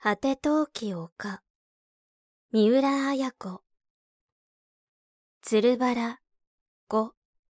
果て陶器丘、三浦綾子、鶴原5。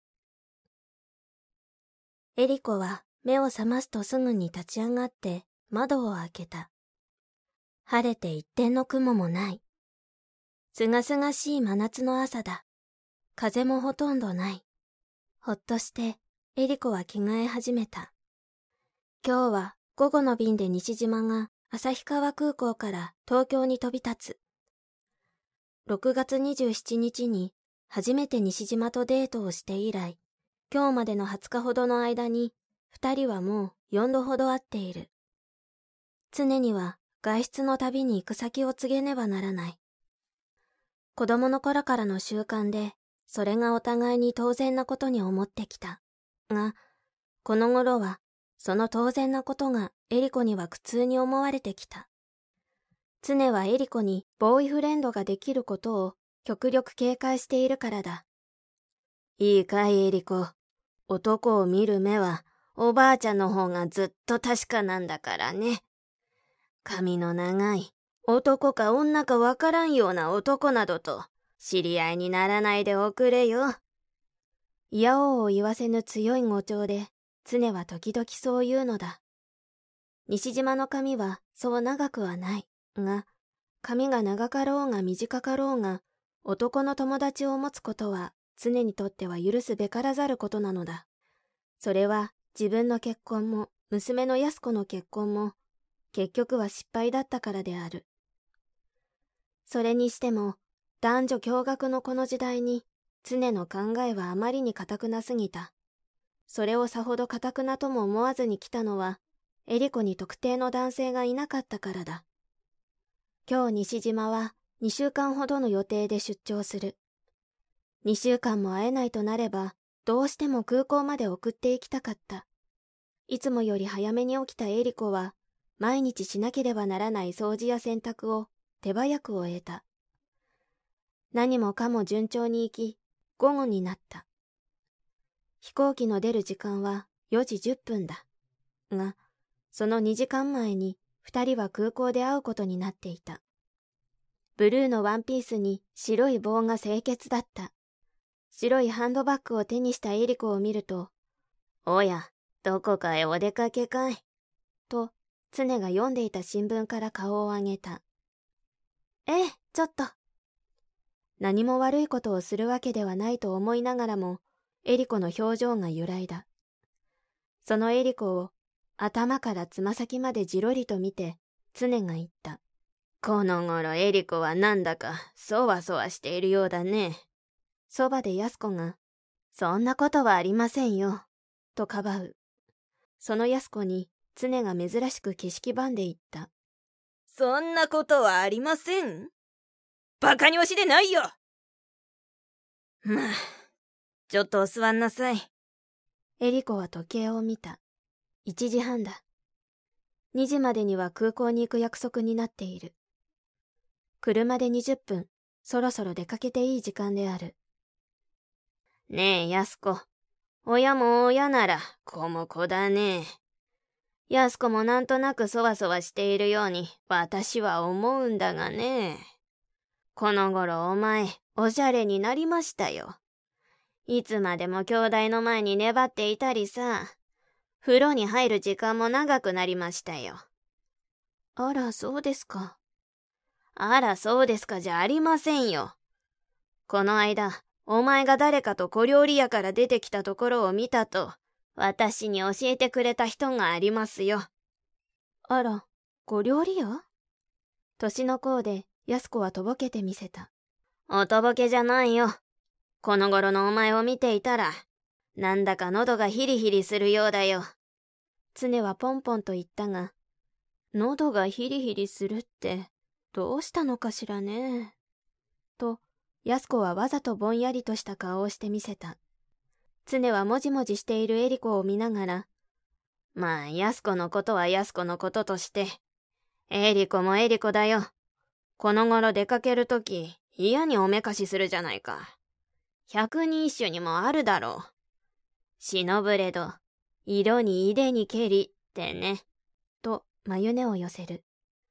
エリコは目を覚ますとすぐに立ち上がって窓を開けた。晴れて一点の雲もない。すがすがしい真夏の朝だ。風もほとんどない。ほっとしてエリコは着替え始めた。今日は午後の便で西島が旭川空港から東京に飛び立つ。6月27日に初めて西島とデートをして以来、今日までの20日ほどの間に2人はもう4度ほど会っている。常には外出のたびに行く先を告げねばならない。子供の頃からの習慣で、それがお互いに当然なことに思ってきた。が、この頃はその当然なことがエリコには苦痛に思われてきた。常はエリコにボーイフレンドができることを極力警戒しているからだ。 いいかいエリコ。男を見る目はおばあちゃんの方がずっと確かなんだからね。髪の長い男か女かわからんような男などと知り合いにならないでおくれよ。 いやおうを言わせぬ強い語調で常は時々そう言うのだ。西島の髪はそう長くはないが、髪が長かろうが短かろうが男の友達を持つことは常にとっては許すべからざることなのだ。それは自分の結婚も娘の安子の結婚も結局は失敗だったからである。それにしても男女共学のこの時代に常の考えはあまりに堅くなすぎた。それをさほど堅くなとも思わずに来たのはエリコに特定の男性がいなかったからだ。今日西島は2週間ほどの予定で出張する。2週間も会えないとなればどうしても空港まで送っていきたかった。いつもより早めに起きたエリコは毎日しなければならない掃除や洗濯を手早く終えた。何もかも順調にいき、午後になった。飛行機の出る時間は4時10分だ。が、その2時間前に2人は空港で会うことになっていた。ブルーのワンピースに白い棒が清潔だった。白いハンドバッグを手にしたエリコを見ると、 おや、どこかへお出かけかいと、常が読んでいた新聞から顔を上げた。ええ、ちょっと。何も悪いことをするわけではないと思いながらも、エリコの表情が揺らいだ。そのエリコを頭からつま先までじろりと見て、常が言った。 この頃エリコはなんだかそわそわしているようだね。 そばで安子が、そんなことはありませんよ、とかばう。その安子に常が珍しく景色ばんで言った。 そんなことはありません。バカにおしでないよ。まあ、ちょっとお座んなさい。 エリコは時計を見た。1時半だ。2時までには空港に行く約束になっている。車で20分、そろそろ出かけていい時間である。 ねえ、安子。親も親なら子も子だね。安子もなんとなくそわそわしているように私は思うんだがね。この頃お前、おしゃれになりましたよ。いつまでも兄弟の前に粘っていたりさ。風呂に入る時間も長くなりましたよ。 あら、そうですか。 あら、そうですかじゃありませんよ。この間、お前が誰かと小料理屋から出てきたところを見たと、私に教えてくれた人がありますよ。 あら、小料理屋？年の功で安子はとぼけてみせた。 おとぼけじゃないよ。この頃のお前を見ていたら、なんだか喉がヒリヒリするようだよ。 常はポンポンと言ったが、喉がヒリヒリするって、どうしたのかしらね。と、安子はわざとぼんやりとした顔をしてみせた。常はもじもじしているエリコを見ながら、 まあ、安子のことは安子のこととして、エリコもエリコだよ。この頃出かけるとき、嫌におめかしするじゃないか。百人一首にもあるだろう。忍ぶれど、色にいでにけりってね。 と、眉根を寄せる。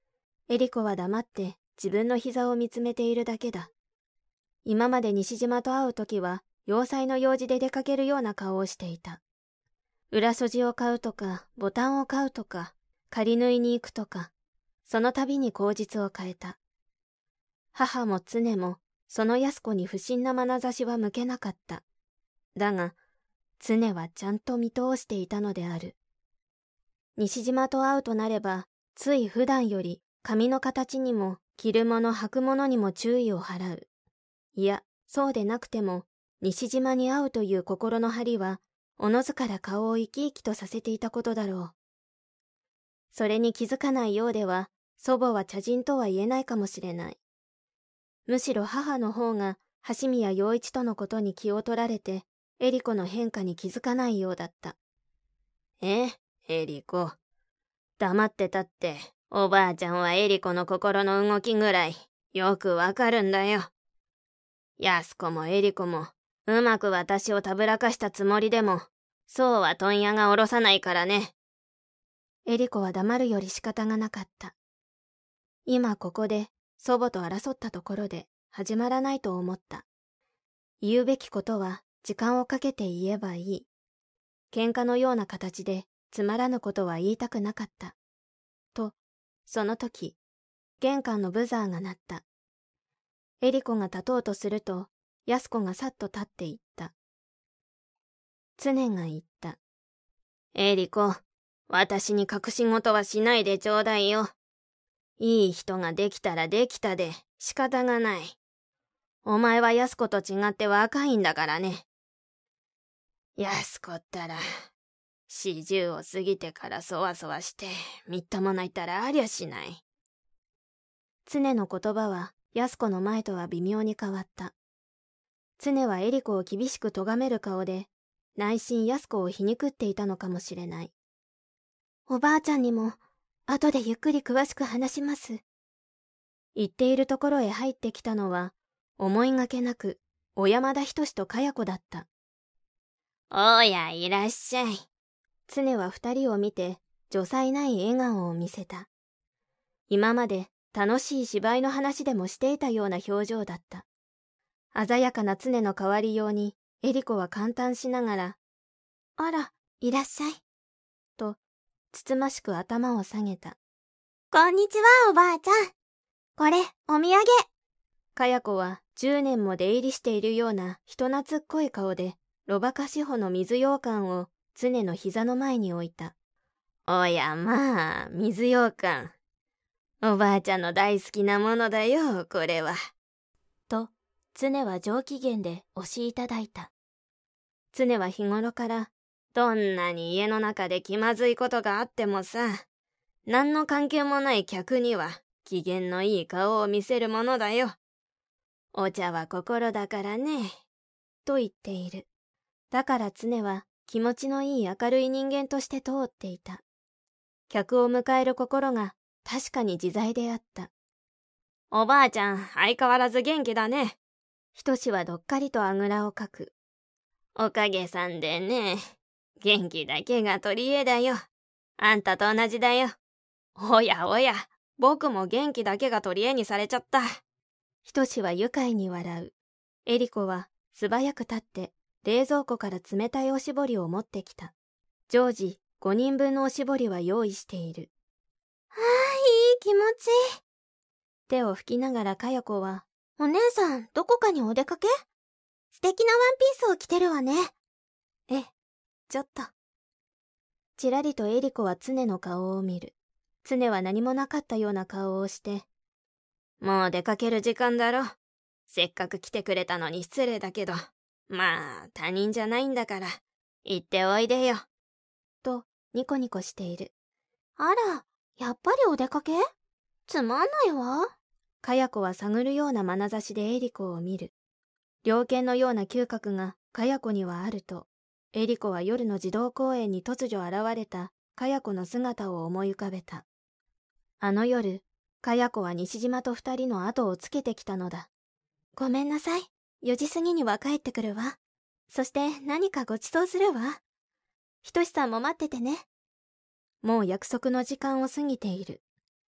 エリコは黙って自分の膝を見つめているだけだ。今まで西島と会うときは、洋裁の用事で出かけるような顔をしていた。裏素地を買うとか、ボタンを買うとか、仮縫いに行くとか、その度に口実を変えた。母も常も、その安子に不審な眼差しは向けなかった。だが、常はちゃんと見通していたのである。西島と会うとなれば、つい普段より髪の形にも着るもの履くものにも注意を払う。いや、そうでなくても、西島に会うという心の張りは、おのずから顔を生き生きとさせていたことだろう。それに気づかないようでは、祖母は茶人とは言えないかもしれない。むしろ母の方が、橋宮陽一とのことに気を取られて、エリコの変化に気づかないようだった。 エリコ。黙ってたって、おばあちゃんはエリコの心の動きぐらい、よくわかるんだよ。安子もエリコも、うまく私をたぶらかしたつもりでも、そうは問屋が下ろさないからね。 エリコは黙るより仕方がなかった。今ここで祖母と争ったところで始まらないと思った。言うべきことは時間をかけて言えばいい。喧嘩のような形でつまらぬことは言いたくなかった。と、その時、玄関のブザーが鳴った。エリコが立とうとすると、安子がさっと立っていった。常が言った。 エリコ、私に隠し事はしないでちょうだいよ。いい人ができたらできたで仕方がない。お前は安子と違って若いんだからね。安子ったら、40を過ぎてからそわそわして、みっともないったらありゃしない。 常の言葉は安子の前とは微妙に変わった。常はエリコを厳しく咎める顔で、内心安子を皮肉っていたのかもしれない。おばあちゃんにも、後でゆっくり詳しく話します。言っているところへ入ってきたのは、思いがけなく、小山田仁とかや子だった。 おや、いらっしゃい。 常は二人を見て、如才ない笑顔を見せた。今まで楽しい芝居の話でもしていたような表情だった。鮮やかな常の代わりように、エリコは感嘆しながら、あら、いらっしゃい。と、つつましく頭を下げた。 こんにちは、おばあちゃん。これ、お土産。 かや子は10年も出入りしているような人懐っこい顔で、ロバカシホの水羊羹を常の膝の前に置いた。 おやまあ、水羊羹。おばあちゃんの大好きなものだよ、これは。 と、常は上機嫌で押しいただいた。常は日頃から、 どんなに家の中で気まずいことがあってもさ、何の関係もない客には機嫌のいい顔を見せるものだよ。お茶は心だからね。 と言っている。だから常は気持ちのいい明るい人間として通っていた。客を迎える心が確かに自在であった。 おばあちゃん、相変わらず元気だね。 ひとしはどっかりとあぐらをかく。 おかげさんでね。元気だけが取り柄だよ。あんたと同じだよ。おやおや、僕も元気だけが取り柄にされちゃった。 ひとしは愉快に笑う。エリコは素早く立って冷蔵庫から冷たいおしぼりを持ってきた。常時5人分のおしぼりは用意している。 ああ、いい気持ち。 手を拭きながらかや子は、 お姉さん、どこかにお出かけ？素敵なワンピースを着てるわね。 ええ、ちょっと。ちらりとエリコは常の顔を見る。常は何もなかったような顔をして、 もう出かける時間だろ。せっかく来てくれたのに失礼だけど、まあ他人じゃないんだから、行っておいでよ。 とニコニコしている。 あら、やっぱりお出かけ？つまんないわ。 かや子は探るような眼差しでエリコを見る。猟犬のような嗅覚がかや子にはあると、エリコは夜の児童公園に突如現れたかや子の姿を思い浮かべた。あの夜、かや子は西島と2人の後をつけてきたのだ。 ごめんなさい。4時過ぎには帰ってくるわ。そして何かごちそうするわ。ひとしさんも待っててね。 もう約束の時間を過ぎている。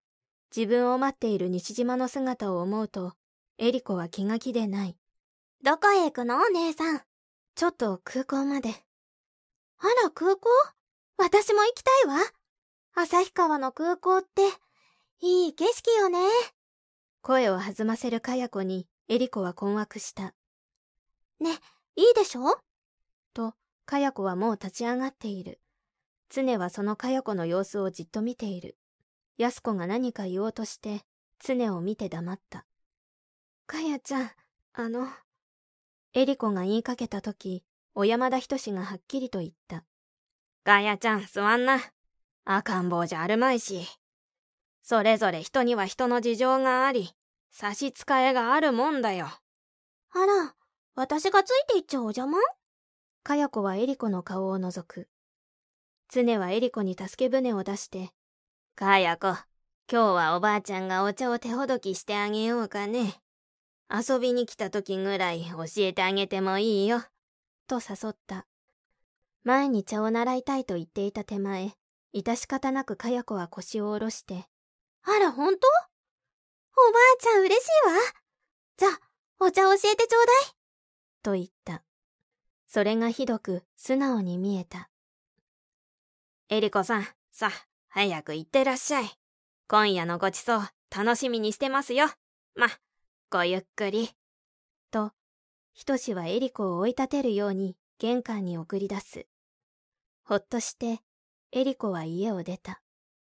自分を待っている西島の姿を思うと、エリコは気が気でない。 どこへ行くのお姉さん。 ちょっと空港まで。 あら、空港？私も行きたいわ。旭川の空港って、いい景色よね。 声を弾ませるかや子に、エリコは困惑した。 ね、いいでしょ？ と、かや子はもう立ち上がっている。常はそのかや子の様子をじっと見ている。やす子が何か言おうとして、常を見て黙った。かやちゃん、エリコが言いかけたとき、小山田仁がはっきりと言った。 かやちゃん、座んな。赤ん坊じゃあるまいし。それぞれ人には人の事情があり、差し支えがあるもんだよ。 あら、私がついていっちゃお邪魔？ かや子はエリコの顔を覗く。常はエリコに助け舟を出して、 かや子、今日はおばあちゃんがお茶を手ほどきしてあげようかね。遊びに来た時ぐらい教えてあげてもいいよ。 と誘った。前に茶を習いたいと言っていた手前、致し方なくかや子は腰を下ろして、 あら、ほんと？おばあちゃん嬉しいわ。じゃあ、お茶教えてちょうだい。 と言った。それがひどく素直に見えた。 エリコさん、さあ、早く行ってらっしゃい。今夜のごちそう、楽しみにしてますよ。ま、ごゆっくり。 と、仁はエリコを追い立てるように玄関に送り出す。ほっとして、エリコは家を出た。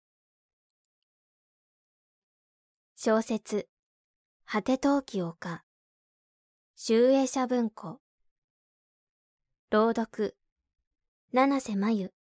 小説、果て陶器丘。集英社文庫。朗読、七瀬まゆ。